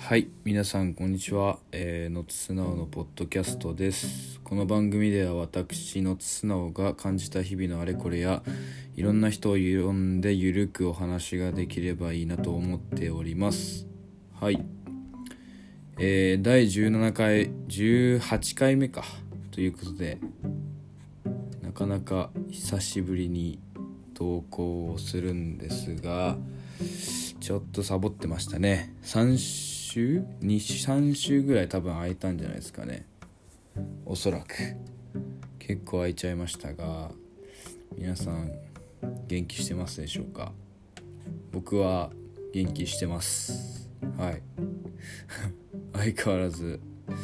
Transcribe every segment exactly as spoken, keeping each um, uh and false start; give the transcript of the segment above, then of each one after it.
はい、皆さんこんにちは。えー、のつすなおのポッドキャストです。この番組では私のつすなおが感じた日々のあれこれやいろんな人を呼んでゆるくお話ができればいいなと思っております。はい、えー、だいじゅうななかいじゅうはちかいめかということで、なかなか久しぶりに投稿をするんですが、ちょっとサボってましたね。さんしゅう に、さんしゅうぐらい多分空いたんじゃないですかね。おそらく結構空いちゃいましたが、皆さん元気してますでしょうか？僕は元気してます。はい相変わらず、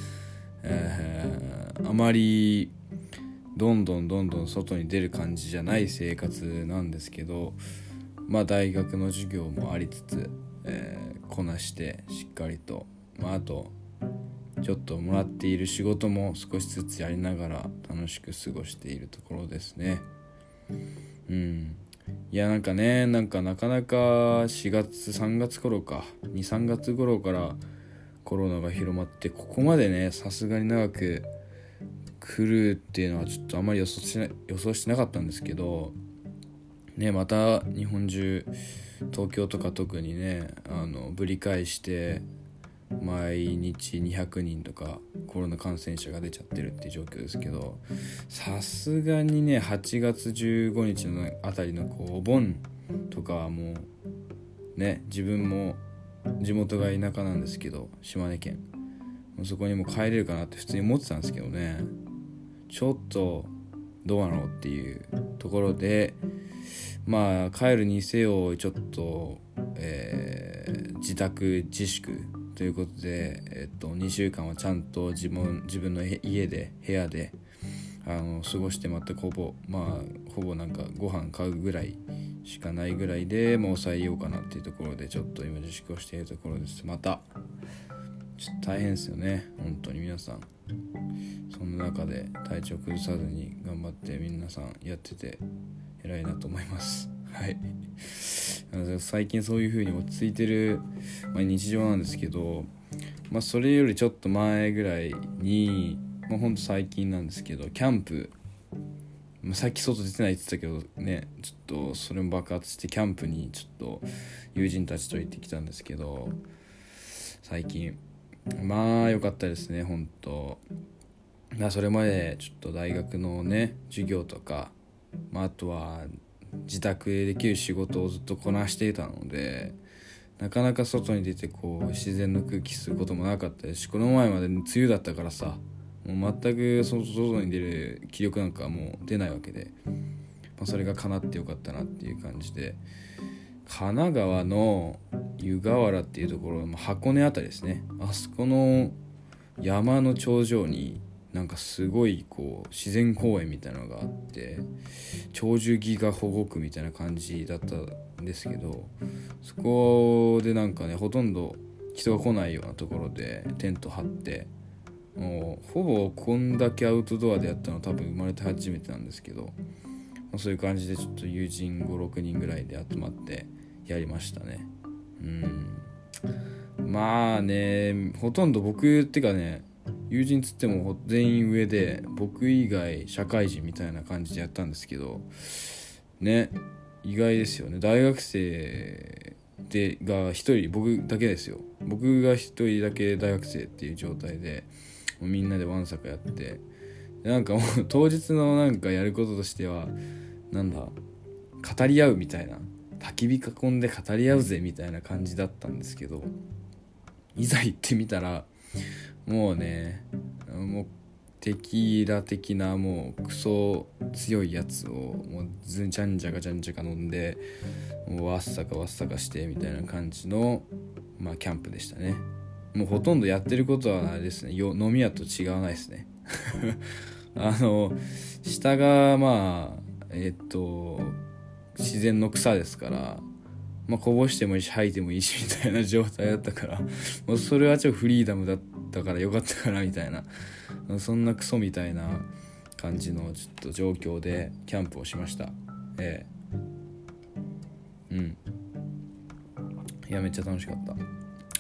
えー、あまりどんどんどんどん外に出る感じじゃない生活なんですけど、まあ大学の授業もありつつ、えー、こなしてしっかりと、まああとちょっともらっている仕事も少しずつやりながら楽しく過ごしているところですね。うんいやなんかねなんかなかなかしがつさんがつ頃かに、さんがつ頃からコロナが広まって、ここまでねさすがに長く来るっていうのはちょっとあまり予想しな予想してなかったんですけどね、また日本中、東京とか特にねあのぶり返して毎日にひゃくにんとかコロナ感染者が出ちゃってるっていう状況ですけど、さすがにねはちがつじゅうごにちのあたりのこうお盆とかはもうね、自分も地元が田舎なんですけど島根県、そこにも帰れるかなって普通に思ってたんですけどね、ちょっとどうなのっていうところで、まあ帰るにせよちょっと、えー、自宅自粛ということで、えっと、にしゅうかんはちゃんと自分自分の家で部屋であの過ごして、全くほぼまあほぼなんかご飯買うぐらいしかないぐらいでもう抑えようかなっていうところでちょっと今自粛をしているところです。またちょっと大変ですよね本当に皆さん。その中で体調崩さずに頑張って皆さんやってて偉いなと思います。はい最近そういう風に落ち着いてる、まあ、日常なんですけど、まあ、それよりちょっと前ぐらいに、まあ、ほんと最近なんですけどキャンプ、まあ、さっき外出てないって言ってたけどね、ちょっとそれも爆発してキャンプにちょっと友人たちと行ってきたんですけど、最近まあ良かったですね本当。それまでちょっと大学のね授業とか、まあ、あとは自宅でできる仕事をずっとこなしていたので、なかなか外に出てこう自然の空気吸うこともなかったですし、この前まで梅雨だったからさ、もう全くその外に出る気力なんかもう出ないわけで、まあ、それが叶ってよかったなっていう感じで、神奈川の湯河原っていうところ、箱根あたりですね、あそこの山の頂上になんかすごいこう自然公園みたいなのがあって、鳥獣戯画保護区みたいな感じだったんですけど、そこでなんかねほとんど人が来ないようなところでテント張って、もうほぼこんだけアウトドアでやったの多分生まれて初めてなんですけど、そういう感じでちょっと友人ご、ろくにんぐらいで集まってやりましたね。うんまあねほとんど僕ってかね、友人つっても全員上で僕以外社会人みたいな感じでやったんですけどね、意外ですよね。大学生でが一人僕だけですよ。僕が一人だけ大学生っていう状態でもうみんなでわんさかやって、なんかもう当日のなんかやることとしてはなんだ語り合うみたいな、焚き火囲んで語り合うぜみたいな感じだったんですけど、いざ行ってみたらもうねもうテキーラ的なもうクソ強いやつをもうずんじゃんじゃかじゃんじゃか飲んで、もうわっさかわっさかしてみたいな感じのまあキャンプでしたね。もうほとんどやってることはあれですね、よ飲み屋と違わないですねあの下がまあえっと自然の草ですから、まあ、こぼしてもいいし吐いてもいいしみたいな状態だったからもうそれはちょっとフリーダムだったからよかったかなみたいな、そんなクソみたいな感じのちょっと状況でキャンプをしました。ええうんいやめっちゃ楽しかった。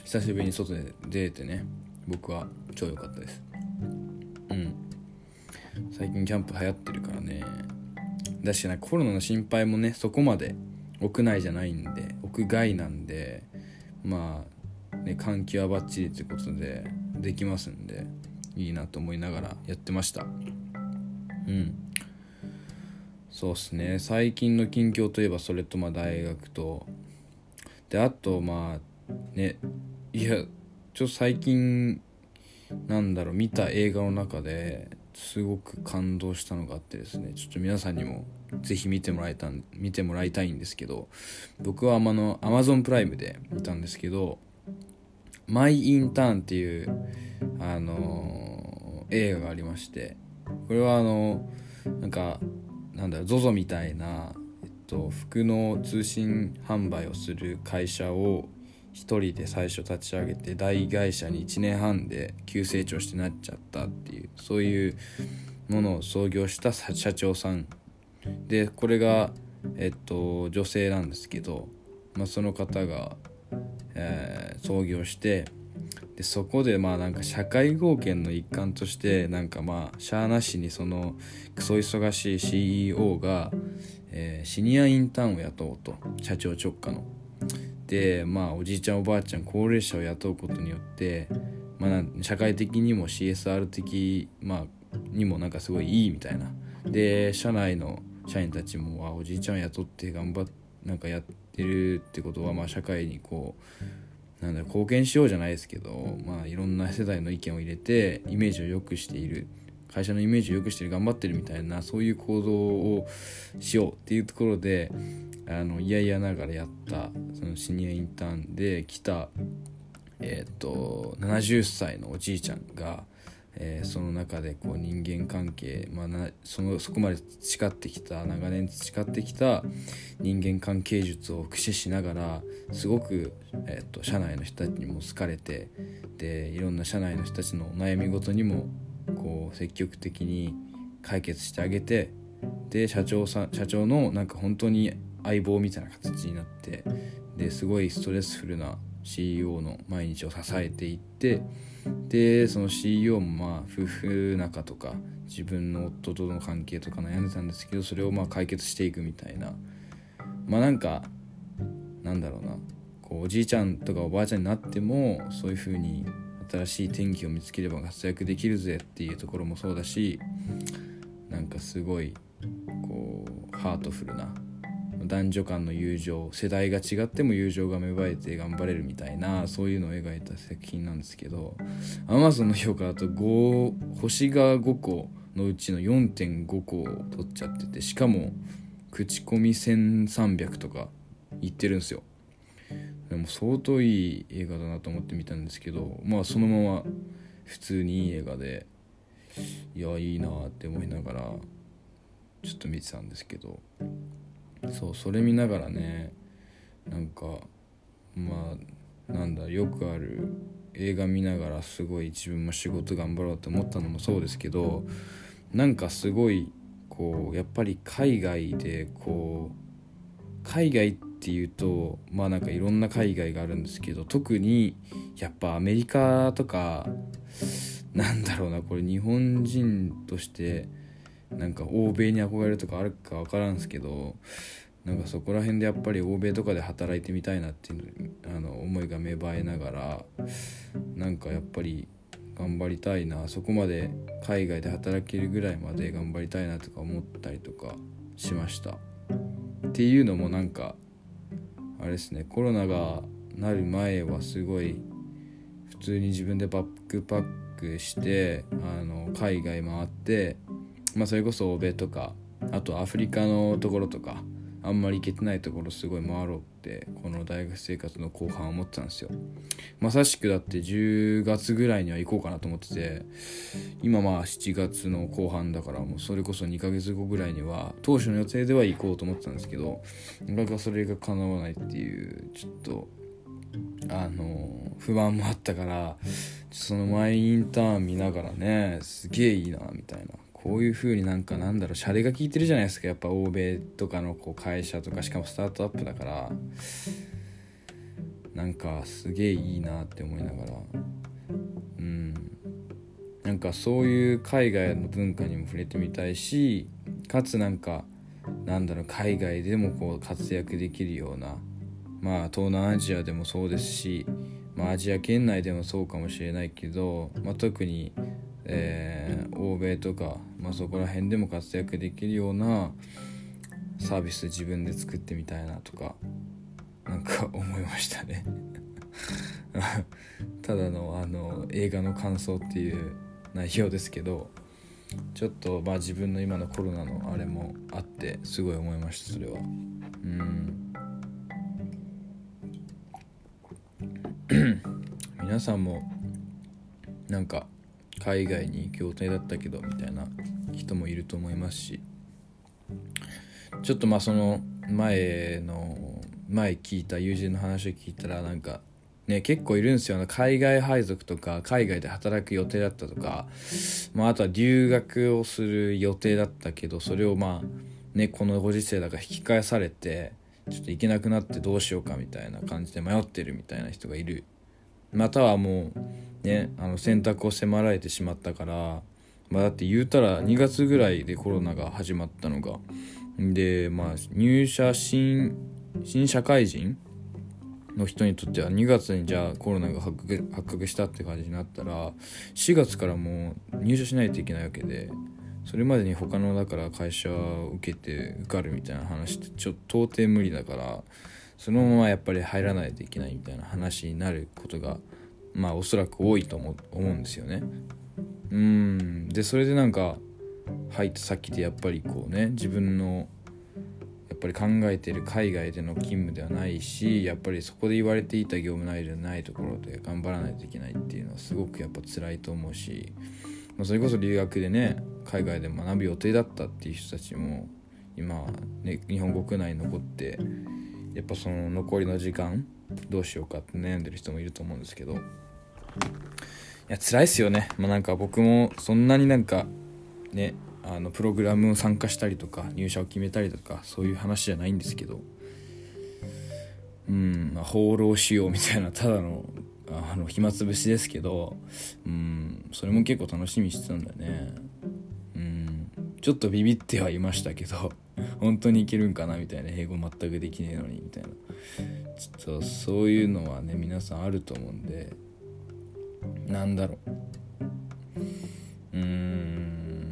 久しぶりに外で出てね、僕は超良かったです。うん最近キャンプ流行ってるからね。だしなコロナの心配もねそこまで屋内じゃないんで、屋外なんでまあね換気はバッチリってことでできますんでいいなと思いながらやってました。うんそうっすね。最近の近況といえばそれとまあ大学とで、あとまあねいやちょっと最近なんだろう見た映画の中ですごく感動したのがあってですね、ちょっと皆さんにもぜひ見てもらいた見てもらいたいんですけど、僕はあの Amazon プライムで見たんですけど、マイ・インターンっていうあのー、映画がありまして、これはあのなんかなんだろう ゾゾ みたいな、えっと、服の通信販売をする会社を一人で最初立ち上げて大会社にいちねんはんで急成長してなっちゃったっていう、そういうものを創業した社長さんで、これがえっと女性なんですけど、まあ、その方が、えー、創業して、でそこでまあなんか社会貢献の一環としてなんかまあしゃーなしにそのクソ忙しい シーイーオー が、えー、シニアインターンを雇おうと、社長直下のでまあおじいちゃんおばあちゃん高齢者を雇うことによって、まあ、社会的にも シーエスアール 的、まあ、にもなんかすごいいいみたいなで、社内の社員たちもあおじいちゃんを雇って頑張っなんかやってるってことは、まあ、社会にこうなんだろう貢献しようじゃないですけど、まあ、いろんな世代の意見を入れてイメージを良くしている、会社のイメージを良くしてる頑張ってるみたいな、そういう行動をしようっていうところであのいやいやながらやったそのシニアインターンで来た、えー、とななじゅっさいのおじいちゃんが、えー、その中でこう人間関係、まあ、な そ, のそこまで培ってきた長年培ってきた人間関係術を駆使しながらすごく、えー、と社内の人たちにも好かれて、でいろんな社内の人たちのお悩み事にもこう積極的に解決してあげて、で社長さん社長のなんか本当に相棒みたいな形になって、ですごいストレスフルな シーイーオー の毎日を支えていって、でその シーイーオー もまあ夫婦仲とか自分の夫との関係とか悩んでたんですけど、それをまあ解決していくみたいな、まあなんかなんだろうな、こうおじいちゃんとかおばあちゃんになってもそういう風に新しい転機を見つければ活躍できるぜっていうところもそうだし、なんかすごいこうハートフルな男女間の友情、世代が違っても友情が芽生えて頑張れるみたいな、そういうのを描いた作品なんですけど、 Amazon の評価だとご星がごこのうちの よんてんご 個を取っちゃってて、しかも口コミせんさんびゃくとかいってるんですよ。でも相当いい映画だなと思って見たんですけど、まあそのまま普通にいい映画で、いやいいなって思いながらちょっと見てたんですけど、そうそれ見ながらね、なんかまあなんだよくある映画見ながらすごい自分も仕事頑張ろうと思ったのもそうですけど、なんかすごいこうやっぱり海外でこう海外っていうとまあなんかいろんな海外があるんですけど、特にやっぱアメリカとかなんだろうな、これ日本人としてなんか欧米に憧れるとかあるか分からんすけど、なんかそこら辺でやっぱり欧米とかで働いてみたいなっていうあの思いが芽生えながら、なんかやっぱり頑張りたいな、そこまで海外で働けるぐらいまで頑張りたいなとか思ったりとかしました。っていうのもなんかあれですね、コロナがなる前はすごい普通に自分でバックパックしてあの海外回って、まあ、それこそ欧米とかあとアフリカのところとかあんまり行けてないところすごい回ろうってこの大学生活の後半思ってたんですよ。まさしくだってじゅうがつぐらいには行こうかなと思ってて、今まあしちがつの後半だからもうそれこそにかげつごぐらいには当初の予定では行こうと思ってたんですけど、なかなかそれが叶わないっていうちょっとあの不安もあったから、そのマイインターン見ながらねすげえいいなみたいな、こういう風になんかなんだろうシャレが効いてるじゃないですか、やっぱ欧米とかのこう会社とか、しかもスタートアップだからなんかすげえいいなって思いながら、うんなんかそういう海外の文化にも触れてみたいし、かつなんかなんだろう海外でもこう活躍できるような、まあ東南アジアでもそうですし、まあアジア圏内でもそうかもしれないけど、まあ、特に、えー、欧米とか、まあ、そこら辺でも活躍できるようなサービス自分で作ってみたいなとかなんか思いましたねただのあの映画の感想っていう内容ですけど、ちょっとまあ自分の今のコロナのあれもあってすごい思いました。それはうん皆さんもなんか海外に行く予定だったけどみたいな人もいると思いますし、ちょっとまあその前の前聞いた友人の話を聞いたら、なんかね結構いるんですよ。海外配属とか海外で働く予定だったとか、まあ、あとは留学をする予定だったけど、それをまあねこのご時世だから引き返されてちょっと行けなくなってどうしようかみたいな感じで迷ってるみたいな人がいる。またはもうねあの選択を迫られてしまったから、まあ、だって言うたらにがつぐらいでコロナが始まったのがで、まあ入社新新社会人の人にとってはにがつにじゃあコロナが発覚、発覚したって感じになったらしがつからもう入社しないといけないわけで、それまでに他のだから会社を受けて受かるみたいな話ってちょっと到底無理だから、そのままやっぱり入らないといけないみたいな話になることがまあおそらく多いと思うんですよね。うーんでそれでなんか入った先でやっぱりこうね自分のやっぱり考えている海外での勤務ではないし、やっぱりそこで言われていた業務内容でないところで頑張らないといけないっていうのはすごくやっぱ辛いと思うし、それこそ留学でね海外で学ぶ予定だったっていう人たちも今、ね、日本国内に残ってやっぱその残りの時間どうしようかって悩んでる人もいると思うんですけど、いや辛いっすよね。まあなんか僕もそんなになんかねあのプログラムを参加したりとか入社を決めたりとかそういう話じゃないんですけど、うんまあ、放浪しようみたいなただのあの暇つぶしですけど、うんそれも結構楽しみにしてたんだよね。うんちょっとビビってはいましたけど本当にいけるんかなみたいな、英語全くできねえのにみたいな、ちょっとそういうのはね皆さんあると思うんで、なんだろううーん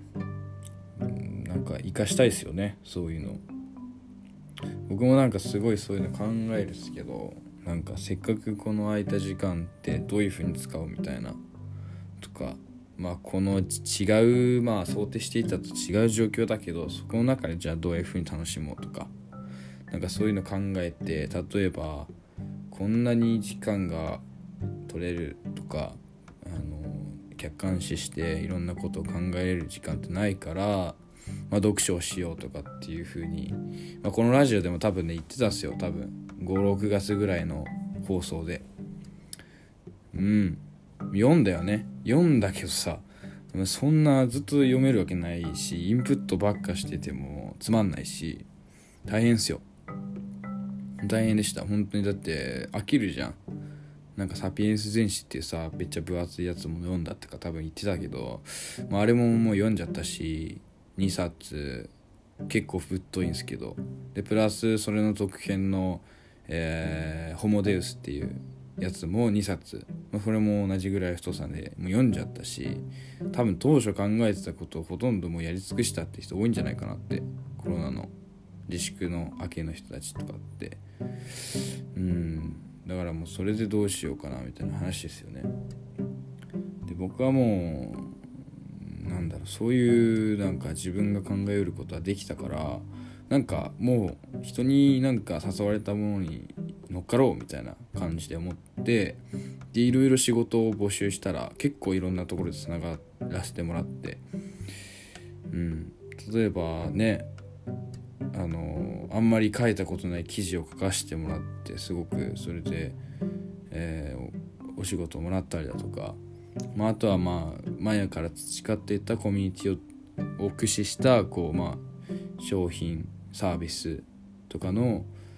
なんか活かしたいですよねそういうの。僕もなんかすごいそういうの考えるんですけど、なんかせっかくこの空いた時間ってどういう風に使うみたいなとか、まあこの違うまあ想定していたと違う状況だけどそこの中でじゃあどういう風に楽しもうとか、なんかそういうの考えて、例えばこんなに時間が取れるとか、あの客観視していろんなことを考えれる時間ってないから、まあ、読書をしようとかっていう風に、まあ、このラジオでも多分ね言ってたんですよ。多分ご、ろくがつぐらいの放送でうん読んだよね。読んだけどさ、そんなずっと読めるわけないし、インプットばっかしててもつまんないし大変っすよ。大変でした本当に。だって飽きるじゃん。なんかサピエンス全史っていうさめっちゃ分厚いやつも読んだってか多分言ってたけど、まあ、あれももう読んじゃったしにさつ結構太いんですけど、でプラスそれの続編の、えー、ホモデウスっていうやつもにさつ、まあ、これも同じぐらい太さでもう読んじゃったし、多分当初考えてたことをほとんどもうやり尽くしたって人多いんじゃないかなって。コロナの自粛の明けの人たちとかってうんだからもうそれでどうしようかなみたいな話ですよね。で僕はもうなんだろうそういうなんか自分が考えうることはできたから、なんかもう人になんか誘われたものに乗っかろうみたいな感じで思って、でいろいろ仕事を募集したら結構いろんなところでつながらせてもらって、うん例えばねあのあんまり書いたことない記事を書かせてもらって、すごくそれで、えー、お仕事をもらったりだとか、まあ、あとはまあ前から培っていったコミュニティを駆使したこう、まあ、商品サービスとかの、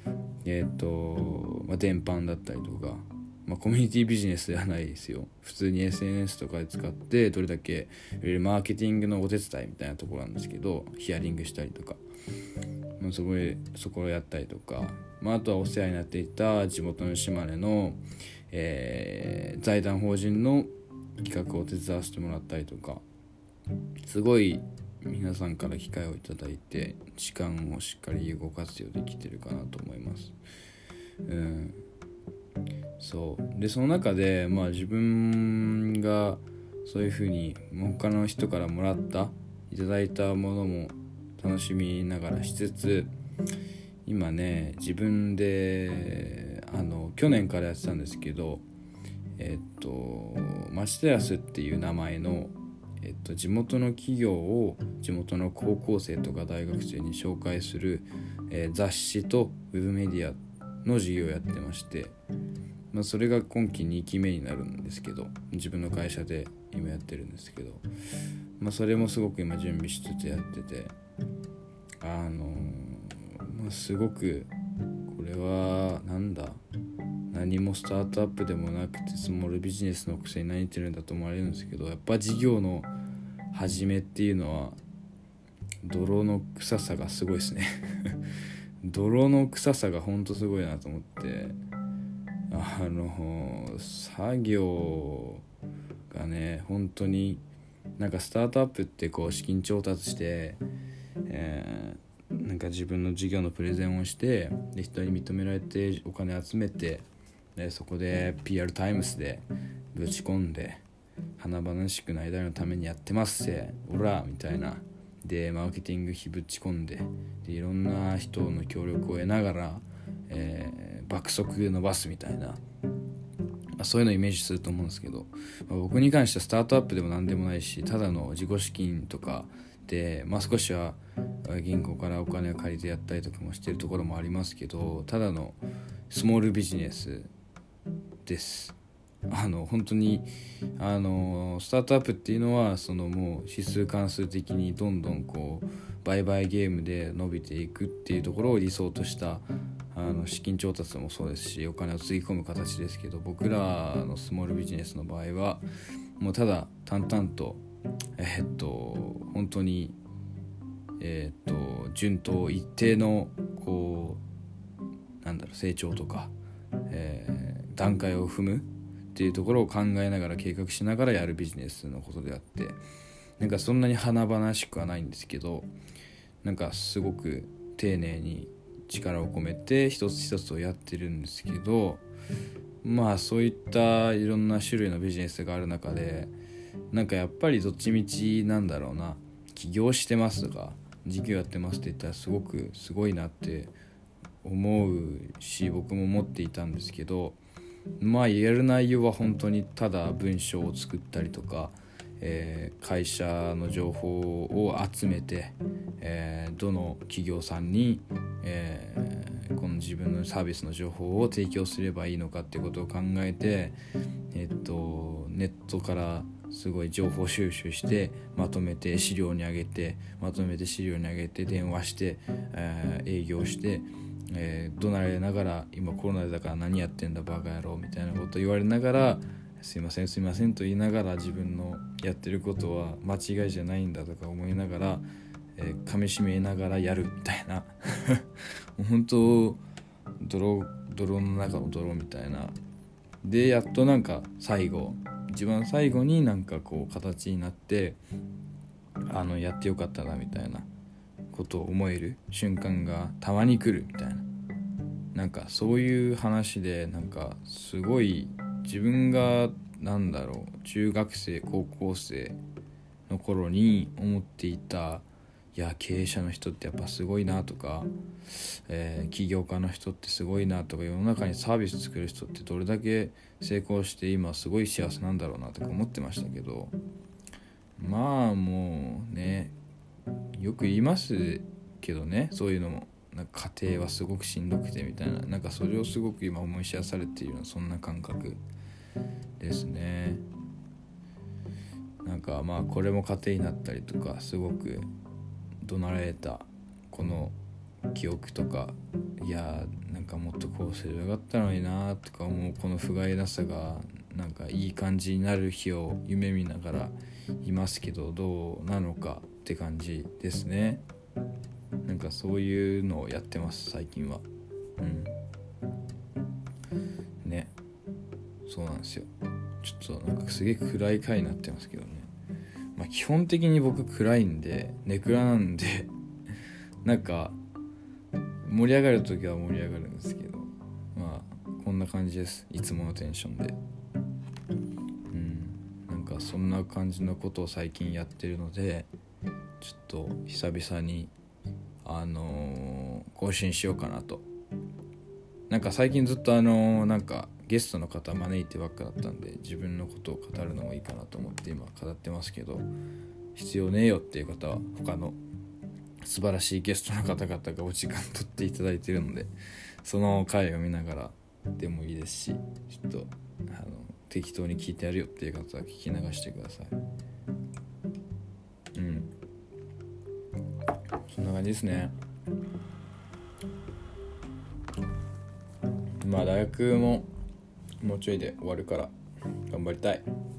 えっ、ー、と、まあ、電販だったりとか、まあ、コミュニティビジネスではないですよ。普通に エスエヌエス とかで使ってどれだけマーケティングのお手伝いみたいなところなんですけど、ヒアリングしたりとか、まあ、そこでそこをやったりとか、まあ、あとはお世話になっていた地元の島根の、えー、財団法人の企画を手伝わせてもらったりとか、すごい皆さんから機会をいただいて時間をしっかり有効活用できてるかなと思います。うん、そうでその中で、まあ、自分がそういうふうに他の人からもらったいただいたものも楽しみながらしつつ、今ね自分であの去年からやってたんですけど、えっとマチテラスっていう名前の、えっと、地元の企業を地元の高校生とか大学生に紹介する、えー、雑誌とウェブメディアの事業をやってまして、まあ、それが今期にきめになるんですけど、自分の会社で今やってるんですけど、まあ、それもすごく今準備しつつやってて、あのーまあ、すごくこれはなんだ何もスタートアップでもなくてスモールビジネスのくせに何言ってるんだと思われるんですけど、やっぱ事業の始めっていうのは泥の臭さがすごいですね泥の臭さがほんとすごいなと思って、あの作業がね本当になんかスタートアップってこう資金調達して、えー、なんか自分の事業のプレゼンをしてで人に認められてお金集めて、でそこで ピーアール タイムスでぶち込んで華々しくない誰のためにやってますせオラみたいなでマーケティング費ぶち込んで、でいろんな人の協力を得ながら、えー、爆速伸ばすみたいな、まあ、そういうのをイメージすると思うんですけど、まあ、僕に関してはスタートアップでも何でもないし、ただの自己資金とかで、まあ、少しは銀行からお金を借りてやったりとかもしてるところもありますけど、ただのスモールビジネスです。あの本当にあのスタートアップっていうのはそのもう指数関数的にどんどんこう売買ゲームで伸びていくっていうところを理想としたあの資金調達もそうですしお金をつぎ込む形ですけど、僕らのスモールビジネスの場合はもうただ淡々とえー、っと本当にえー、っと順当一定のこうなんだろう成長とか、えー、段階を踏むっていうところを考えながら計画しながらやるビジネスのことであって、なんかそんなに華々しくはないんですけど、なんかすごく丁寧に力を込めて一つ一つをやってるんですけど、まあそういったいろんな種類のビジネスがある中で、なんかやっぱりどっちみちなんだろうな、起業してますとか事業やってますって言ったらすごくすごいなって思うし、僕も思っていたんですけど、まあやる内容は本当にただ文章を作ったりとか、えー、会社の情報を集めて、えー、どの企業さんに、えー、この自分のサービスの情報を提供すればいいのかっていうことを考えて、えっと、ネットからすごい情報収集してまとめて資料に上げてまとめて資料に上げて電話して、えー、営業してえー、怒鳴られながら今コロナだから何やってんだバカ野郎みたいなこと言われながらすいませんすいませんと言いながら自分のやってることは間違いじゃないんだとか思いながら、えー、噛み締めながらやるみたいなもう本当泥泥の中の泥みたいなで、やっとなんか最後一番最後になんかこう形になってあのやってよかったなみたいなことを思える瞬間がたまに来るみたいな、なんかそういう話で、なんかすごい自分がなんだろう中学生高校生の頃に思っていた、いや経営者の人ってやっぱすごいなとか、えー、起業家の人ってすごいなとか、世の中にサービス作る人ってどれだけ成功して今すごい幸せなんだろうなとか思ってましたけど、まあもうねよく言いますけどね、そういうのもなんか家庭はすごくしんどくてみたいな、なんかそれをすごく今思い知らされているようなそんな感覚ですね。なんかまあこれも家庭になったりとか、すごく怒鳴られたこの記憶とか、いやなんかもっとこうすればよかったのになとか思うこの不甲斐なさがなんかいい感じになる日を夢見ながらいますけど、どうなのかって感じですね。なんかそういうのをやってます最近は。うんね、そうなんですよ。ちょっとなんかすげえ暗い回になってますけどね。まあ基本的に僕暗いんでネクラなんでなんか盛り上がるときは盛り上がるんですけど、まあこんな感じです、いつものテンションで。うんなんかそんな感じのことを最近やってるので、ちょっと久々にあのー、更新しようかなと。なんか最近ずっとあのー、なんかゲストの方招いてばっかだったんで、自分のことを語るのもいいかなと思って今語ってますけど、必要ねえよっていう方は他の素晴らしいゲストの方々がお時間取っていただいているので、その回を見ながらでもいいですし、ちょっとあの適当に聞いてやるよっていう方は聞き流してください。うんそんな感じですね。まあ大学ももうちょいで終わるから頑張りたい。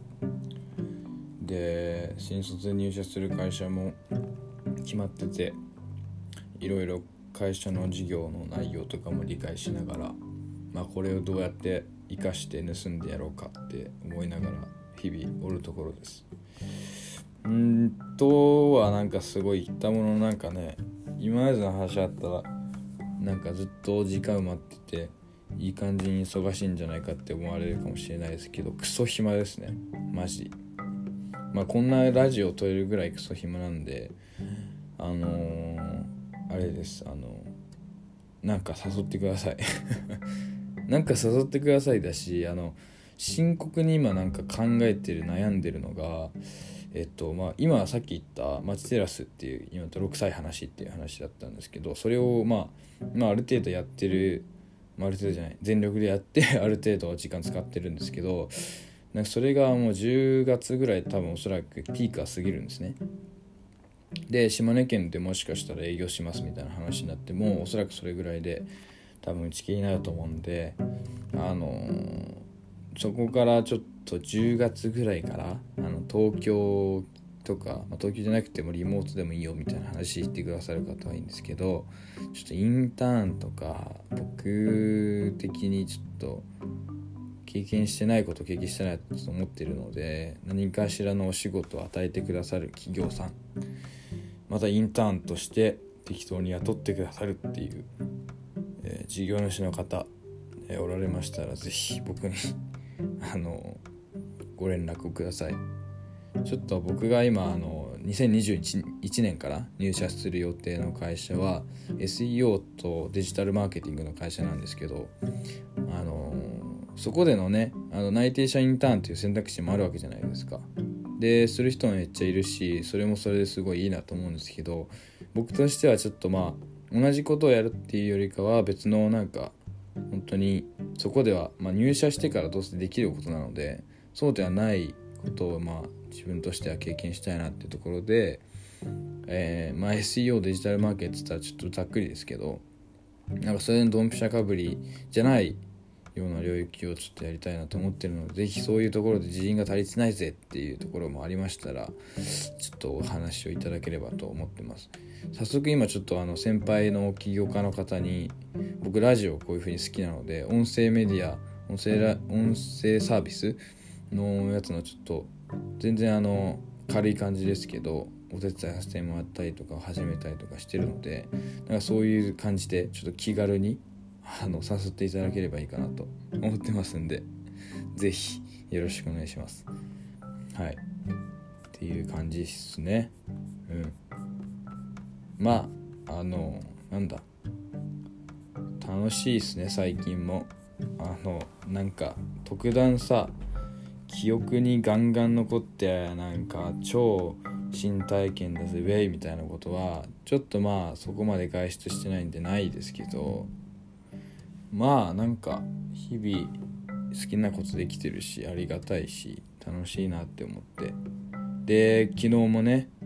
で新卒で入社する会社も決まってて、いろいろ会社の事業の内容とかも理解しながら、まあこれをどうやって生かして盗んでやろうかって思いながら日々おるところです。んーとはなんかすごい言ったもの、なんかね今までの話あったらなんかずっと時間埋まってていい感じに忙しいんじゃないかって思われるかもしれないですけど、クソ暇ですねマジ。まあこんなラジオを撮れるぐらいクソ暇なんで、あのー、あれですあのなんか誘ってくださいなんか誘ってくださいだし、あの深刻に今なんか考えてる悩んでるのが、えっとまあ今さっき言ったマチテラスっていう今泥臭い話っていう話だったんですけど、それをまあまあある程度やってる、まあ、ある程度じゃない全力でやってある程度時間使ってるんですけど、なんかそれがもうじゅうがつぐらい多分おそらくピークは過ぎるんですね。で島根県でもしかしたら営業しますみたいな話になってもおそらくそれぐらいで多分打ち切りになると思うんで、あのー、そこからちょっとじゅうがつぐらいからあの東京とか、まあ、東京じゃなくてもリモートでもいいよみたいな話してくださる方はいいんですけど、ちょっとインターンとか僕的にちょっと経験してないこと経験してないと思っているので、何かしらのお仕事を与えてくださる企業さん、またインターンとして適当に雇ってくださるっていう、えー、事業主の方、えー、おられましたらぜひ僕にあのご連絡ください。ちょっと僕が今あのにせんにじゅういちねんから入社する予定の会社は エスイーオー とデジタルマーケティングの会社なんですけど、あのそこでのねあの内定者インターンという選択肢もあるわけじゃないですか。でする人もめっちゃいるし、それもそれですごいいいなと思うんですけど、僕としてはちょっとまあ同じことをやるっていうよりかは別のなんか本当にそこでは、まあ、入社してからどうせできることなので、そうではないことをまあ自分としては経験したいなっていうところで、えーまあ、エスイーオー デジタルマーケットって言ったらちょっとざっくりですけど、なんかそれのドンピシャかぶりじゃないような領域をちょっとやりたいなと思ってるので、ぜひそういうところで人員が足りてないぜっていうところもありましたらちょっとお話をいただければと思ってます。早速今ちょっとあの先輩の起業家の方に、僕ラジオこういう風に好きなので音声メディア音声ラ音声サービスのやつのちょっと全然あの軽い感じですけどお手伝いさせてもらったりとか始めたりとかしてるので、なんかそういう感じでちょっと気軽にあの誘っていただければいいかなと思ってますんで、ぜひよろしくお願いします。はいっていう感じですね。うんまああのなんだ楽しいですね最近も。あのなんか特段さ記憶にガンガン残ってなんか超新体験だぜウェイみたいなことはちょっとまあそこまで外出してないんでないですけど、まあなんか日々好きなことできてるしありがたいし楽しいなって思って、で昨日もね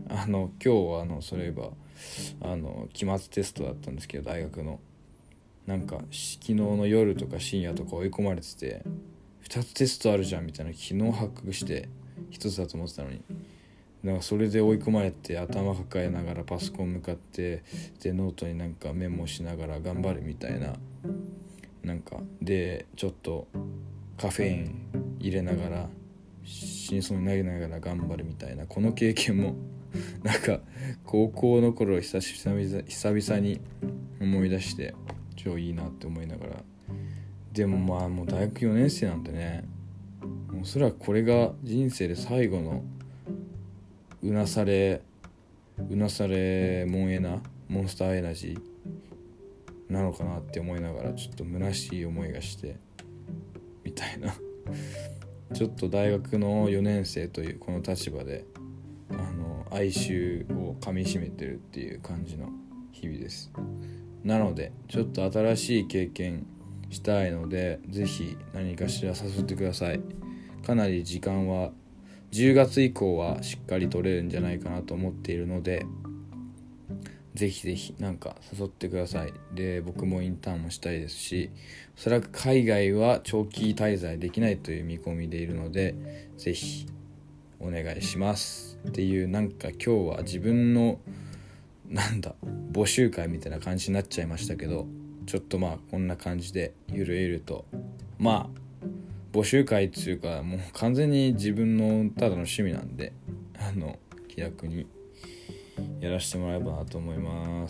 あの今日はあのそういえばあの期末テストだったんですけど、大学のなんか昨日の夜とか深夜とか追い込まれてて、ふたつテストあるじゃんみたいな、昨日発覚してひとつだと思ってたのに、なんかそれで追い込まれて頭抱えながらパソコン向かってでノートになんかメモしながら頑張るみたいな、なんかでちょっとカフェイン入れながら死にそうになりながら頑張るみたいな、この経験もなんか高校の頃久々久々に思い出して超いいなって思いながら、でもまあもう大学よねん生なんてね、おそらくこれが人生で最後のうなされうなされモンエナモンスターエナジーなのかなって思いながら、ちょっと虚しい思いがしてみたいなちょっと大学のよねん生というこの立場であの哀愁をかみしめてるっていう感じの日々です。なのでちょっと新しい経験したいので、ぜひ何かしら誘ってください。かなり時間はじゅうがつ以降はしっかり取れるんじゃないかなと思っているので、ぜひぜひなんか誘ってください。で、僕もインターンもしたいですし、おそらく海外は長期滞在できないという見込みでいるので、ぜひお願いしますっていう、なんか今日は自分のなんだ募集会みたいな感じになっちゃいましたけど、ちょっとまあこんな感じでゆるゆると、まあ募集会っていうかもう完全に自分のただの趣味なんで、あの気楽にやらせてもらえばなと思います。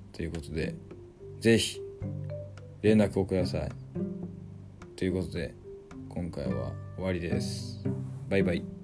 ということでぜひ連絡をください。ということで今回は終わりです。バイバイ。